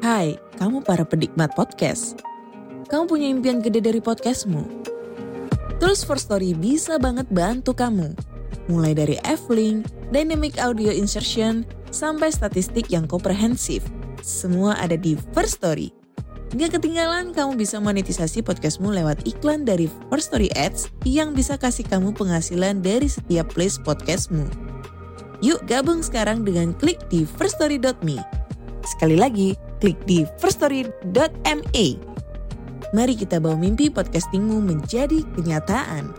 Hai, kamu para penikmat podcast. Kamu punya impian gede dari podcastmu? Terus First Story bisa banget bantu kamu. Mulai dari F-Link, Dynamic Audio Insertion, sampai statistik yang komprehensif. Semua ada di First Story. Gak ketinggalan kamu bisa monetisasi podcastmu lewat iklan dari First Story Ads yang bisa kasih kamu penghasilan dari setiap place podcastmu. Yuk gabung sekarang dengan klik di firststory.me. Sekali lagi, klik di firststory.me. Mari kita bawa mimpi podcastingmu menjadi kenyataan.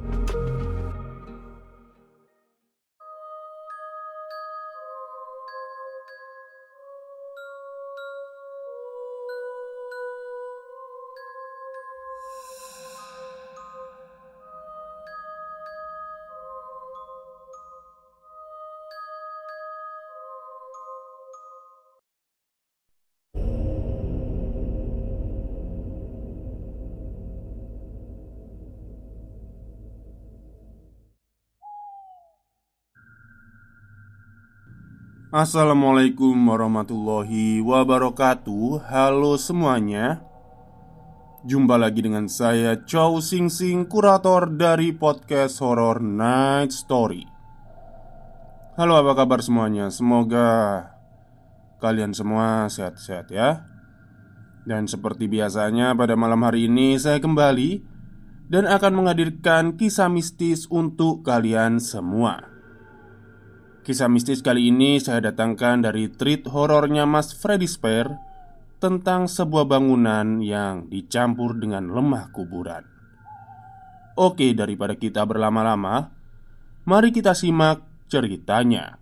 Assalamualaikum warahmatullahi wabarakatuh. Halo semuanya. Jumpa lagi dengan saya Chow Sing Sing, kurator dari podcast Horror Night Story. Halo, apa kabar semuanya? Semoga kalian semua sehat-sehat ya. Dan seperti biasanya pada malam hari ini saya kembali dan akan menghadirkan kisah mistis untuk kalian semua. Kisah mistis kali ini saya datangkan dari treat horornya Mas Freddy Spare tentang sebuah bangunan yang dicampur dengan lemah kuburan. Oke, daripada kita berlama-lama, mari kita simak ceritanya.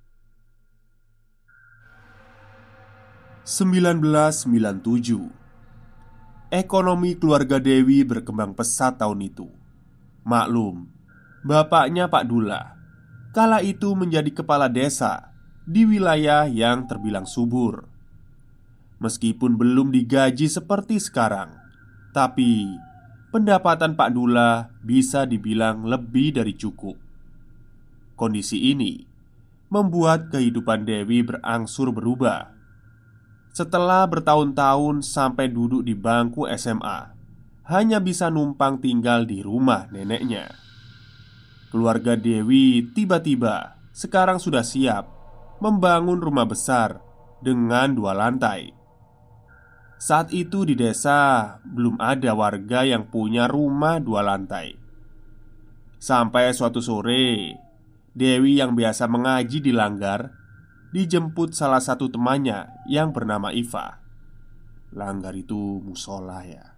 1997. Ekonomi keluarga Dewi berkembang pesat tahun itu. Maklum, bapaknya Pak Dullah kala itu menjadi kepala desa di wilayah yang terbilang subur. Meskipun belum digaji seperti sekarang, tapi pendapatan Pak Dullah bisa dibilang lebih dari cukup. Kondisi ini membuat kehidupan Dewi berangsur berubah. Setelah bertahun-tahun sampai duduk di bangku SMA, hanya bisa numpang tinggal di rumah neneknya. Keluarga Dewi tiba-tiba sekarang sudah siap membangun rumah besar dengan 2 lantai. Saat itu di desa belum ada warga yang punya rumah 2 lantai. Sampai suatu sore, Dewi yang biasa mengaji di Langgar dijemput salah satu temannya yang bernama Iva. Langgar itu musola ya.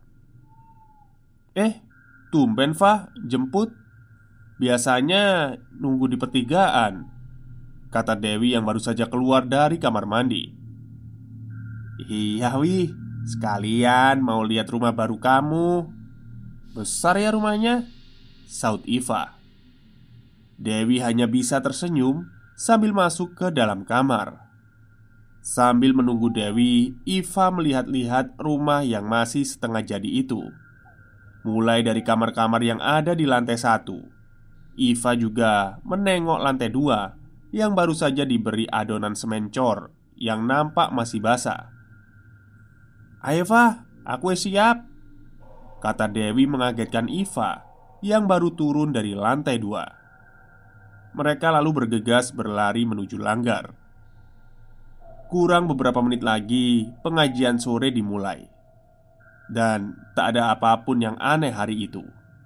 Tumben Fa, jemput? Biasanya nunggu di pertigaan, kata Dewi yang baru saja keluar dari kamar mandi. Iya Wi, sekalian mau lihat rumah baru kamu. Besar ya rumahnya, saut Iva. Dewi hanya bisa tersenyum sambil masuk ke dalam kamar. Sambil menunggu Dewi, Iva melihat-lihat rumah yang masih setengah jadi itu. Mulai dari kamar-kamar yang ada di lantai 1. Iva juga menengok lantai 2 yang baru saja diberi adonan semen cor yang nampak masih basah. "Ayo Fa, aku siap," kata Dewi mengagetkan Iva yang baru turun dari lantai 2. Mereka lalu bergegas berlari menuju Langgar. Kurang beberapa menit lagi pengajian sore dimulai. Dan tak ada apapun yang aneh hari itu.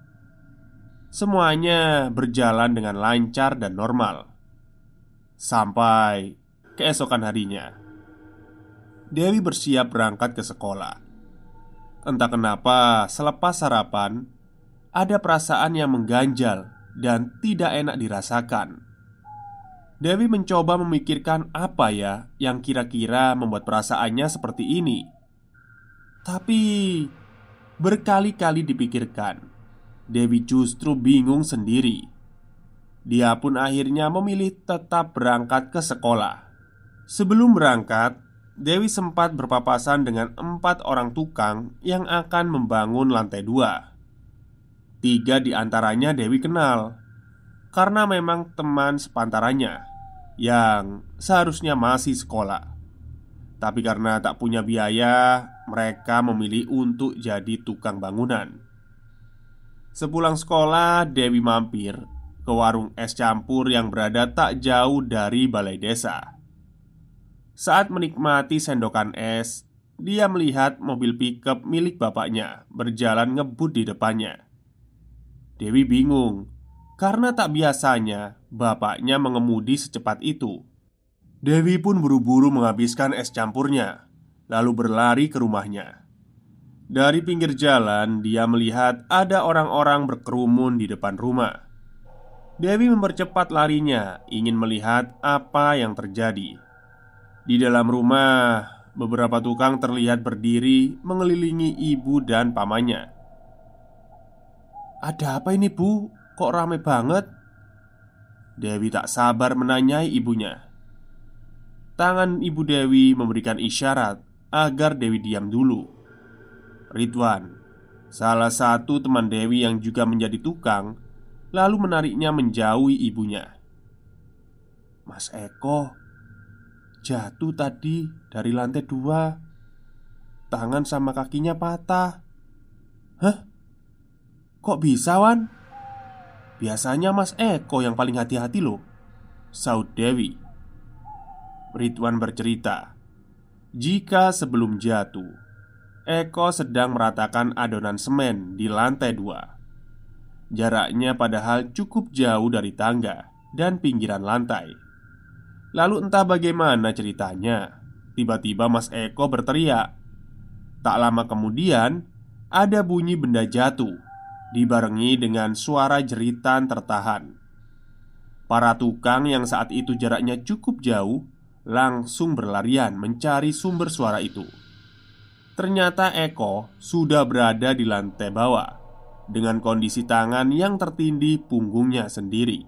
Semuanya berjalan dengan lancar dan normal sampai keesokan harinya. Dewi bersiap berangkat ke sekolah. Entah kenapa selepas sarapan ada perasaan yang mengganjal dan tidak enak dirasakan. Dewi mencoba memikirkan apa ya yang kira-kira membuat perasaannya seperti ini. Tapi berkali-kali dipikirkan, Dewi justru bingung sendiri. Dia pun akhirnya memilih tetap berangkat ke sekolah. Sebelum berangkat, Dewi sempat berpapasan dengan 4 orang tukang yang akan membangun lantai 2. 3 di antaranya Dewi kenal, karena memang teman sepantarannya yang seharusnya masih sekolah. Tapi karena tak punya biaya, mereka memilih untuk jadi tukang bangunan. Sepulang sekolah, Dewi mampir ke warung es campur yang berada tak jauh dari balai desa. Saat menikmati sendokan es, dia melihat mobil pickup milik bapaknya berjalan ngebut di depannya. Dewi bingung karena tak biasanya bapaknya mengemudi secepat itu. Dewi pun buru-buru menghabiskan es campurnya, lalu berlari ke rumahnya. Dari pinggir jalan, dia melihat ada orang-orang berkerumun di depan rumah. Dewi mempercepat larinya, ingin melihat apa yang terjadi. Di dalam rumah, beberapa tukang terlihat berdiri mengelilingi ibu dan pamannya. "Ada apa ini, Bu? Kok rame banget?" Dewi tak sabar menanyai ibunya. Tangan ibu Dewi memberikan isyarat agar Dewi diam dulu. Ridwan, salah satu teman Dewi yang juga menjadi tukang, lalu menariknya menjauhi ibunya. "Mas Eko jatuh tadi dari lantai 2. Tangan sama kakinya patah." "Hah? Kok bisa, Wan? Biasanya Mas Eko yang paling hati-hati loh," sahut Dewi. Ridwan bercerita, jika sebelum jatuh, Eko sedang meratakan adonan semen di lantai 2. Jaraknya padahal cukup jauh dari tangga dan pinggiran lantai. Lalu entah bagaimana ceritanya, tiba-tiba Mas Eko berteriak. Tak lama kemudian, ada bunyi benda jatuh, dibarengi dengan suara jeritan tertahan. Para tukang yang saat itu jaraknya cukup jauh langsung berlarian mencari sumber suara itu. Ternyata Eko sudah berada di lantai bawah dengan kondisi tangan yang tertindih punggungnya sendiri.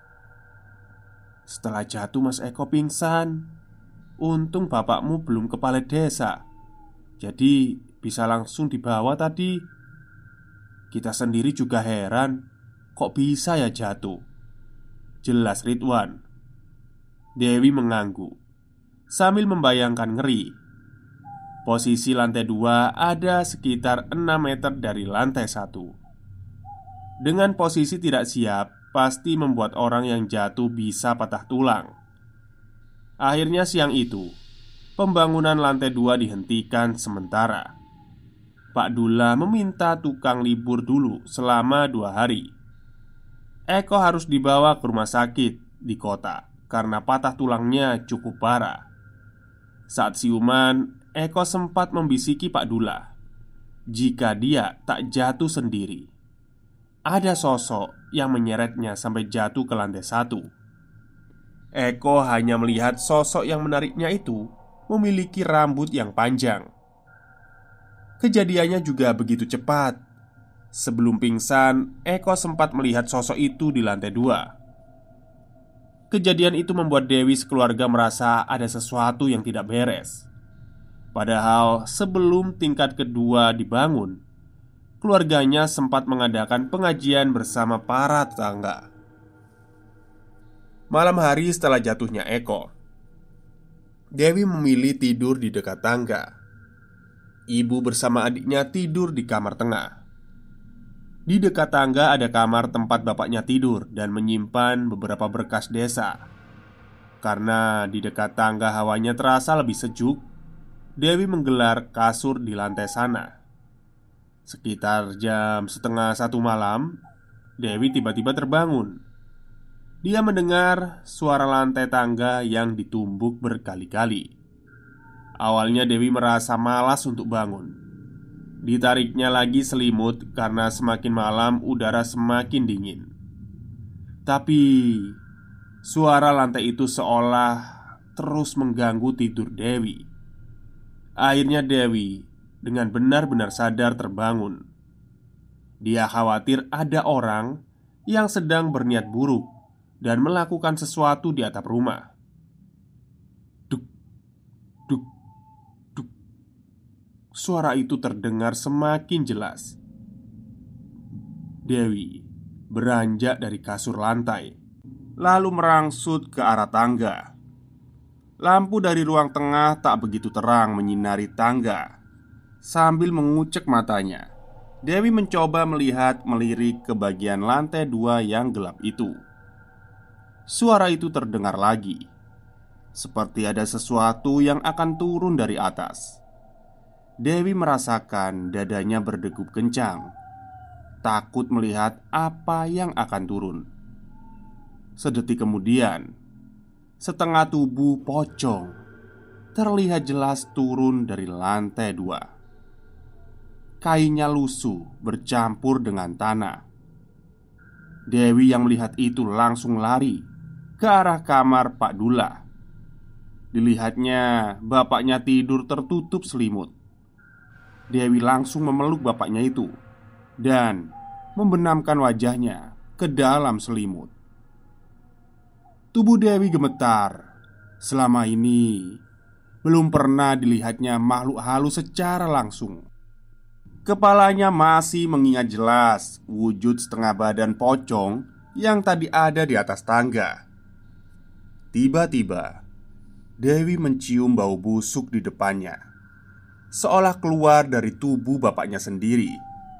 "Setelah jatuh Mas Eko pingsan. Untung bapakmu belum ke balai desa, jadi bisa langsung dibawa tadi. Kita sendiri juga heran, kok bisa ya jatuh?" jelas Ridwan. Dewi mengangguk sambil membayangkan ngeri. Posisi lantai 2 ada sekitar 6 meter dari lantai 1. Dengan posisi tidak siap, pasti membuat orang yang jatuh bisa patah tulang. Akhirnya siang itu, pembangunan lantai 2 dihentikan sementara. Pak Dula meminta tukang libur dulu selama 2 hari. Eko harus dibawa ke rumah sakit di kota karena patah tulangnya cukup parah. Saat siuman, Eko sempat membisiki Pak Dula jika dia tak jatuh sendiri. Ada sosok yang menyeretnya sampai jatuh ke lantai 1. Eko hanya melihat sosok yang menariknya itu memiliki rambut yang panjang. Kejadiannya juga begitu cepat. Sebelum pingsan, Eko sempat melihat sosok itu di lantai 2. Kejadian itu membuat Dewi sekeluarga merasa ada sesuatu yang tidak beres. Padahal sebelum tingkat kedua dibangun, keluarganya sempat mengadakan pengajian bersama para tetangga. Malam hari setelah jatuhnya Eko, Dewi memilih tidur di dekat tangga. Ibu bersama adiknya tidur di kamar tengah. Di dekat tangga ada kamar tempat bapaknya tidur dan menyimpan beberapa berkas desa. Karena di dekat tangga hawanya terasa lebih sejuk, Dewi menggelar kasur di lantai sana. Sekitar jam setengah 1 malam, Dewi tiba-tiba terbangun. Dia mendengar suara lantai tangga yang ditumbuk berkali-kali. Awalnya Dewi merasa malas untuk bangun. Ditariknya lagi selimut karena semakin malam udara semakin dingin. Tapi suara lantai itu seolah terus mengganggu tidur Dewi. Akhirnya Dewi dengan benar-benar sadar terbangun. Dia khawatir ada orang yang sedang berniat buruk dan melakukan sesuatu di atap rumah. Duk, duk, duk. Suara itu terdengar semakin jelas. Dewi beranjak dari kasur lantai, lalu merangsut ke arah tangga. Lampu dari ruang tengah tak begitu terang menyinari tangga. Sambil mengucek matanya, Dewi mencoba melirik ke bagian lantai 2 yang gelap itu. Suara itu terdengar lagi, seperti ada sesuatu yang akan turun dari atas. Dewi merasakan dadanya berdegup kencang, takut melihat apa yang akan turun. Sedetik kemudian, setengah tubuh pocong terlihat jelas turun dari lantai 2. Kainnya lusuh bercampur dengan tanah. Dewi yang melihat itu langsung lari ke arah kamar Pak Dullah. Dilihatnya bapaknya tidur tertutup selimut. Dewi langsung memeluk bapaknya itu dan membenamkan wajahnya ke dalam selimut. Tubuh Dewi gemetar. Selama ini belum pernah dilihatnya makhluk halus secara langsung. Kepalanya masih mengingat jelas wujud setengah badan pocong yang tadi ada di atas tangga. Tiba-tiba Dewi mencium bau busuk di depannya, seolah keluar dari tubuh bapaknya sendiri.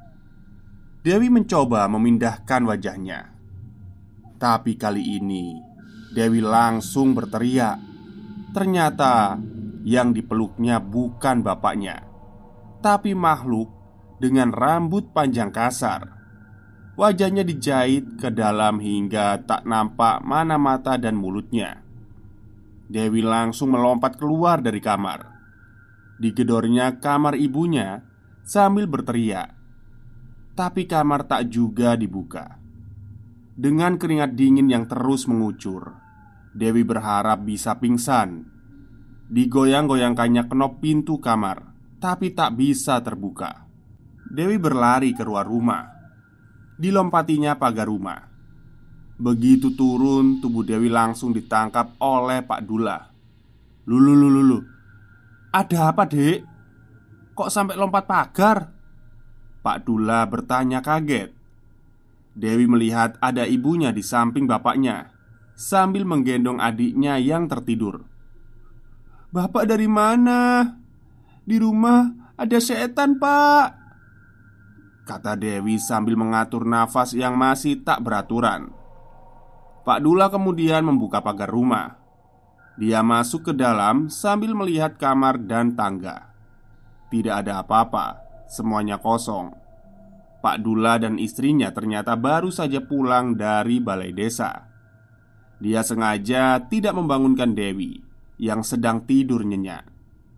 Dewi mencoba memindahkan wajahnya, tapi kali ini Dewi langsung berteriak. Ternyata yang dipeluknya bukan bapaknya, tapi makhluk dengan rambut panjang kasar. Wajahnya dijahit ke dalam hingga tak nampak mana mata dan mulutnya. Dewi langsung melompat keluar dari kamar. Digedornya kamar ibunya sambil berteriak. Tapi kamar tak juga dibuka. Dengan keringat dingin yang terus mengucur, Dewi berharap bisa pingsan. Digoyang-goyangkannya kenop pintu kamar, tapi tak bisa terbuka. Dewi berlari keluar rumah. Dilompatinya pagar rumah. Begitu turun, tubuh Dewi langsung ditangkap oleh Pak Dullah. Lulu, ada apa, Dek? Kok sampai lompat pagar? Pak Dullah bertanya kaget. Dewi melihat ada ibunya di samping bapaknya sambil menggendong adiknya yang tertidur. "Bapak dari mana? Di rumah ada setan, Pak," kata Dewi sambil mengatur nafas yang masih tak beraturan. Pak Dullah kemudian membuka pagar rumah. Dia masuk ke dalam sambil melihat kamar dan tangga. Tidak ada apa-apa, semuanya kosong. Pak Dullah dan istrinya ternyata baru saja pulang dari balai desa. Dia sengaja tidak membangunkan Dewi yang sedang tidur nyenyak.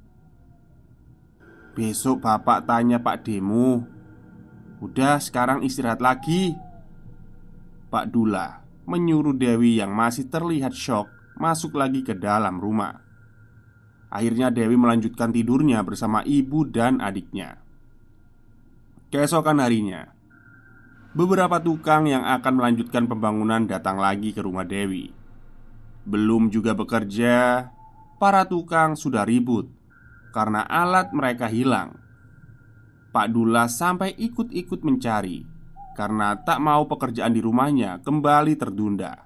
"Besok bapak tanya Pak Demu. Udah, sekarang istirahat lagi," Pak Dullah menyuruh Dewi yang masih terlihat syok masuk lagi ke dalam rumah. Akhirnya Dewi melanjutkan tidurnya bersama ibu dan adiknya. Keesokan harinya, beberapa tukang yang akan melanjutkan pembangunan datang lagi ke rumah Dewi. Belum juga bekerja, para tukang sudah ribut karena alat mereka hilang. Pak Dullah sampai ikut-ikut mencari karena tak mau pekerjaan di rumahnya kembali tertunda.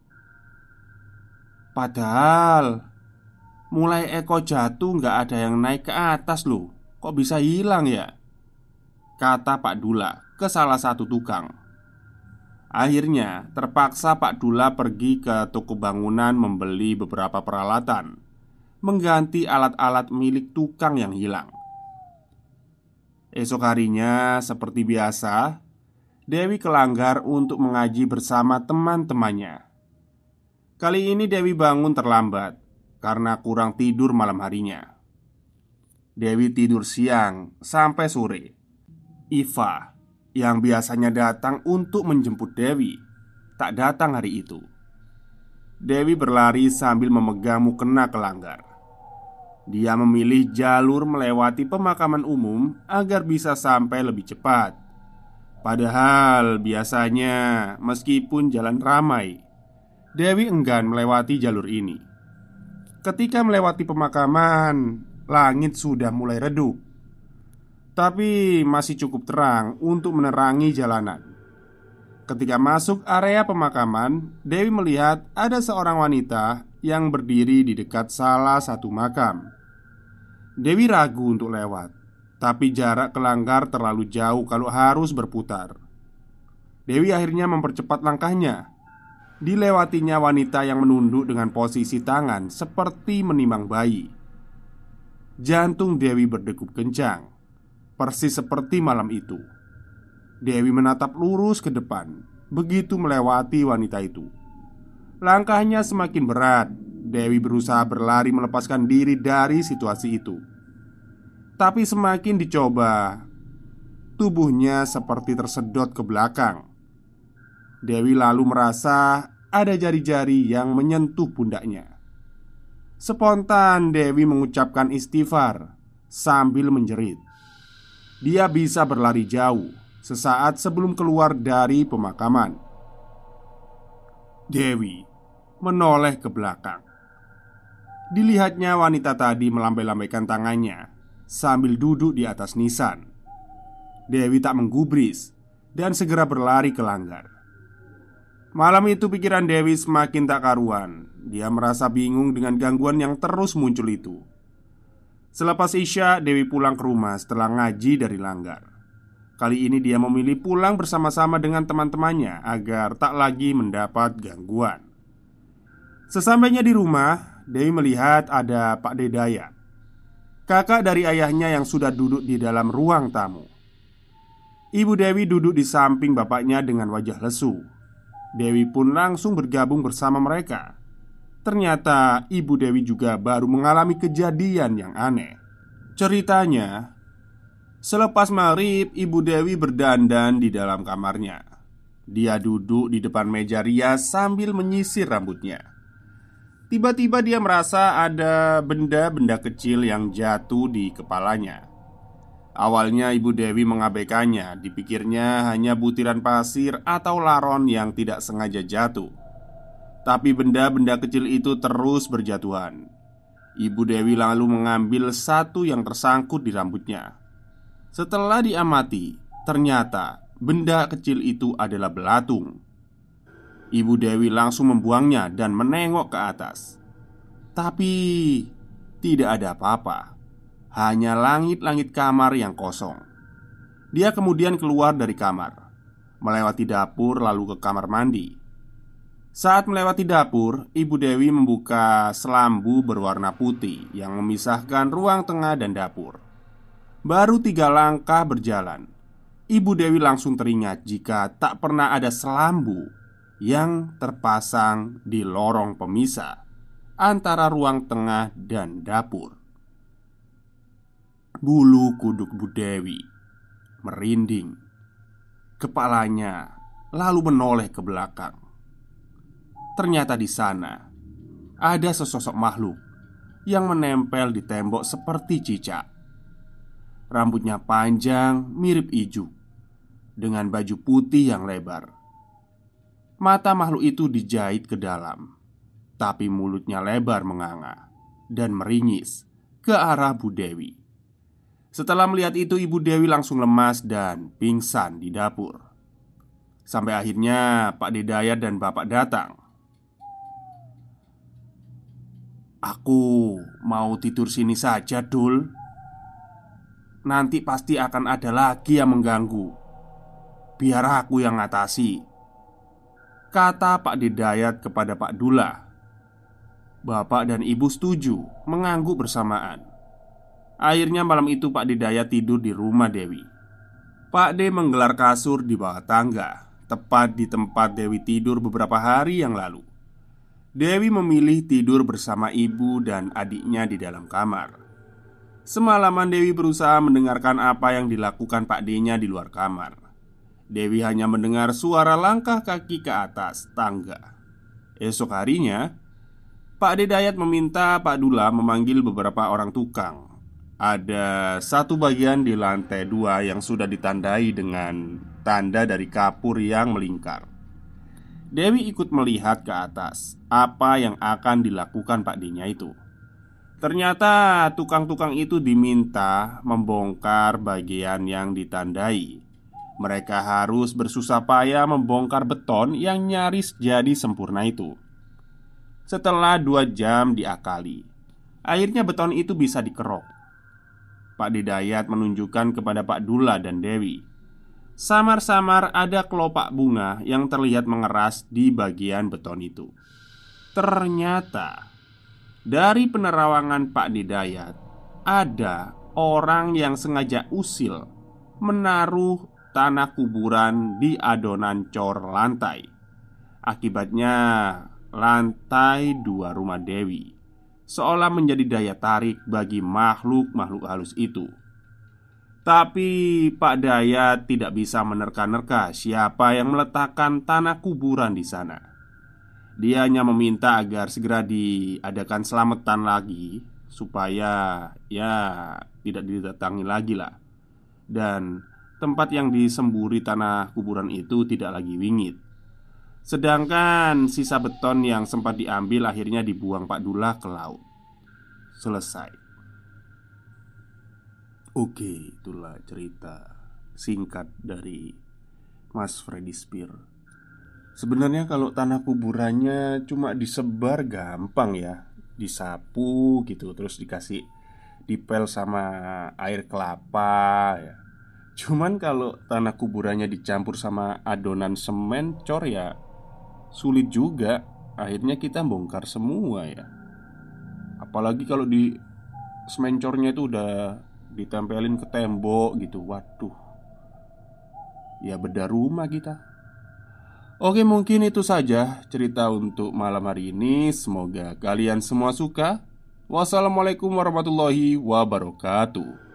"Padahal mulai Eko jatuh nggak ada yang naik ke atas loh. Kok bisa hilang ya?" kata Pak Dullah ke salah satu tukang. Akhirnya terpaksa Pak Dullah pergi ke toko bangunan membeli beberapa peralatan, mengganti alat-alat milik tukang yang hilang. Esok harinya seperti biasa, Dewi ke Langgar untuk mengaji bersama teman-temannya. Kali ini Dewi bangun terlambat karena kurang tidur malam harinya. Dewi tidur siang sampai sore. Iva yang biasanya datang untuk menjemput Dewi tak datang hari itu. Dewi berlari sambil memegang mukena ke Langgar. Dia memilih jalur melewati pemakaman umum agar bisa sampai lebih cepat. Padahal biasanya meskipun jalan ramai, Dewi enggan melewati jalur ini. Ketika melewati pemakaman, langit sudah mulai redup, tapi masih cukup terang untuk menerangi jalanan. Ketika masuk area pemakaman, Dewi melihat ada seorang wanita yang berdiri di dekat salah satu makam. Dewi ragu untuk lewat, tapi jarak ke langgar terlalu jauh kalau harus berputar. Dewi akhirnya mempercepat langkahnya. Dilewatinya wanita yang menunduk dengan posisi tangan seperti menimang bayi. Jantung Dewi berdegup kencang, persis seperti malam itu. Dewi menatap lurus ke depan begitu melewati wanita itu. Langkahnya semakin berat. Dewi berusaha berlari melepaskan diri dari situasi itu. Tapi semakin dicoba, tubuhnya seperti tersedot ke belakang. Dewi lalu merasa ada jari-jari yang menyentuh pundaknya. Spontan Dewi mengucapkan istighfar sambil menjerit. Dia bisa berlari jauh sesaat sebelum keluar dari pemakaman. Dewi menoleh ke belakang. Dilihatnya wanita tadi melambai-lambaikan tangannya sambil duduk di atas nisan. Dewi tak menggubris dan segera berlari ke langgar. Malam itu pikiran Dewi semakin tak karuan. Dia merasa bingung dengan gangguan yang terus muncul itu. Selepas Isya, Dewi pulang ke rumah setelah ngaji dari langgar. Kali ini dia memilih pulang bersama-sama dengan teman-temannya agar tak lagi mendapat gangguan. Sesampainya di rumah, Dewi melihat ada Pak Dedayat, kakak dari ayahnya yang sudah duduk di dalam ruang tamu. Ibu Dewi duduk di samping bapaknya dengan wajah lesu. Dewi pun langsung bergabung bersama mereka. Ternyata Ibu Dewi juga baru mengalami kejadian yang aneh. Ceritanya, selepas maghrib, Ibu Dewi berdandan di dalam kamarnya. Dia duduk di depan meja rias sambil menyisir rambutnya. Tiba-tiba dia merasa ada benda-benda kecil yang jatuh di kepalanya. Awalnya Ibu Dewi mengabaikannya, dipikirnya hanya butiran pasir atau laron yang tidak sengaja jatuh. Tapi benda-benda kecil itu terus berjatuhan. Ibu Dewi lalu mengambil satu yang tersangkut di rambutnya. Setelah diamati, ternyata benda kecil itu adalah belatung. Ibu Dewi langsung membuangnya dan menengok ke atas. Tapi tidak ada apa-apa. Hanya langit-langit kamar yang kosong. Dia kemudian keluar dari kamar, melewati dapur lalu ke kamar mandi. Saat melewati dapur, Ibu Dewi membuka selambu berwarna putih yang memisahkan ruang tengah dan dapur. Baru 3 langkah berjalan, Ibu Dewi langsung teringat jika tak pernah ada selambu yang terpasang di lorong pemisah antara ruang tengah dan dapur. Bulu kuduk Bu Dewi merinding. Kepalanya lalu menoleh ke belakang. Ternyata di sana ada sesosok makhluk yang menempel di tembok seperti cicak. Rambutnya panjang mirip ijuk, dengan baju putih yang lebar. Mata makhluk itu dijahit ke dalam, tapi mulutnya lebar menganga dan meringis ke arah Bu Dewi. Setelah melihat itu, Ibu Dewi langsung lemas dan pingsan di dapur. Sampai akhirnya Pak Dedayat dan Bapak datang. "Aku mau tidur sini saja, Dul. Nanti pasti akan ada lagi yang mengganggu. Biar aku yang ngatasi," kata Pak Dedayat kepada Pak Dullah. Bapak dan Ibu setuju, mengangguk bersamaan. Akhirnya malam itu Pak Dedayat tidur di rumah Dewi. Pak D menggelar kasur di bawah tangga, tepat di tempat Dewi tidur beberapa hari yang lalu. Dewi memilih tidur bersama ibu dan adiknya di dalam kamar. Semalaman Dewi berusaha mendengarkan apa yang dilakukan Pak D-nya di luar kamar. Dewi hanya mendengar suara langkah kaki ke atas tangga. Esok harinya, Pak Dedayat meminta Pak Dullah memanggil beberapa orang tukang. Ada satu bagian di lantai 2 yang sudah ditandai dengan tanda dari kapur yang melingkar. Dewi ikut melihat ke atas apa yang akan dilakukan Pak D-nya itu. Ternyata tukang-tukang itu diminta membongkar bagian yang ditandai. Mereka harus bersusah payah membongkar beton yang nyaris jadi sempurna itu. Setelah 2 jam diakali, akhirnya beton itu bisa dikerok. Pak Didayat menunjukkan kepada Pak Dula dan Dewi. Samar-samar ada kelopak bunga yang terlihat mengeras di bagian beton itu. Ternyata dari penerawangan Pak Didayat, ada orang yang sengaja usil menaruh tanah kuburan di adonan cor lantai. Akibatnya lantai 2 rumah Dewi seolah menjadi daya tarik bagi makhluk-makhluk halus itu. Tapi Pak Dayat tidak bisa menerka-nerka siapa yang meletakkan tanah kuburan di sana. Dia hanya meminta agar segera diadakan selamatan lagi, supaya ya tidak didatangi lagi lah. Dan tempat yang disemburi tanah kuburan itu tidak lagi wingit. Sedangkan sisa beton yang sempat diambil akhirnya dibuang Pak Dula ke laut. Selesai. Oke, itulah cerita singkat dari Mas Freddy Spear. Sebenarnya kalau tanah kuburannya cuma disebar gampang ya, disapu gitu, terus dikasih dipel sama air kelapa ya. Cuman kalau tanah kuburannya dicampur sama adonan semen cor ya sulit juga. Akhirnya kita bongkar semua ya. Apalagi kalau di semen cornya itu udah ditempelin ke tembok gitu. Waduh, ya beda rumah kita. Oke, mungkin itu saja cerita untuk malam hari ini. Semoga kalian semua suka. Wassalamualaikum warahmatullahi wabarakatuh.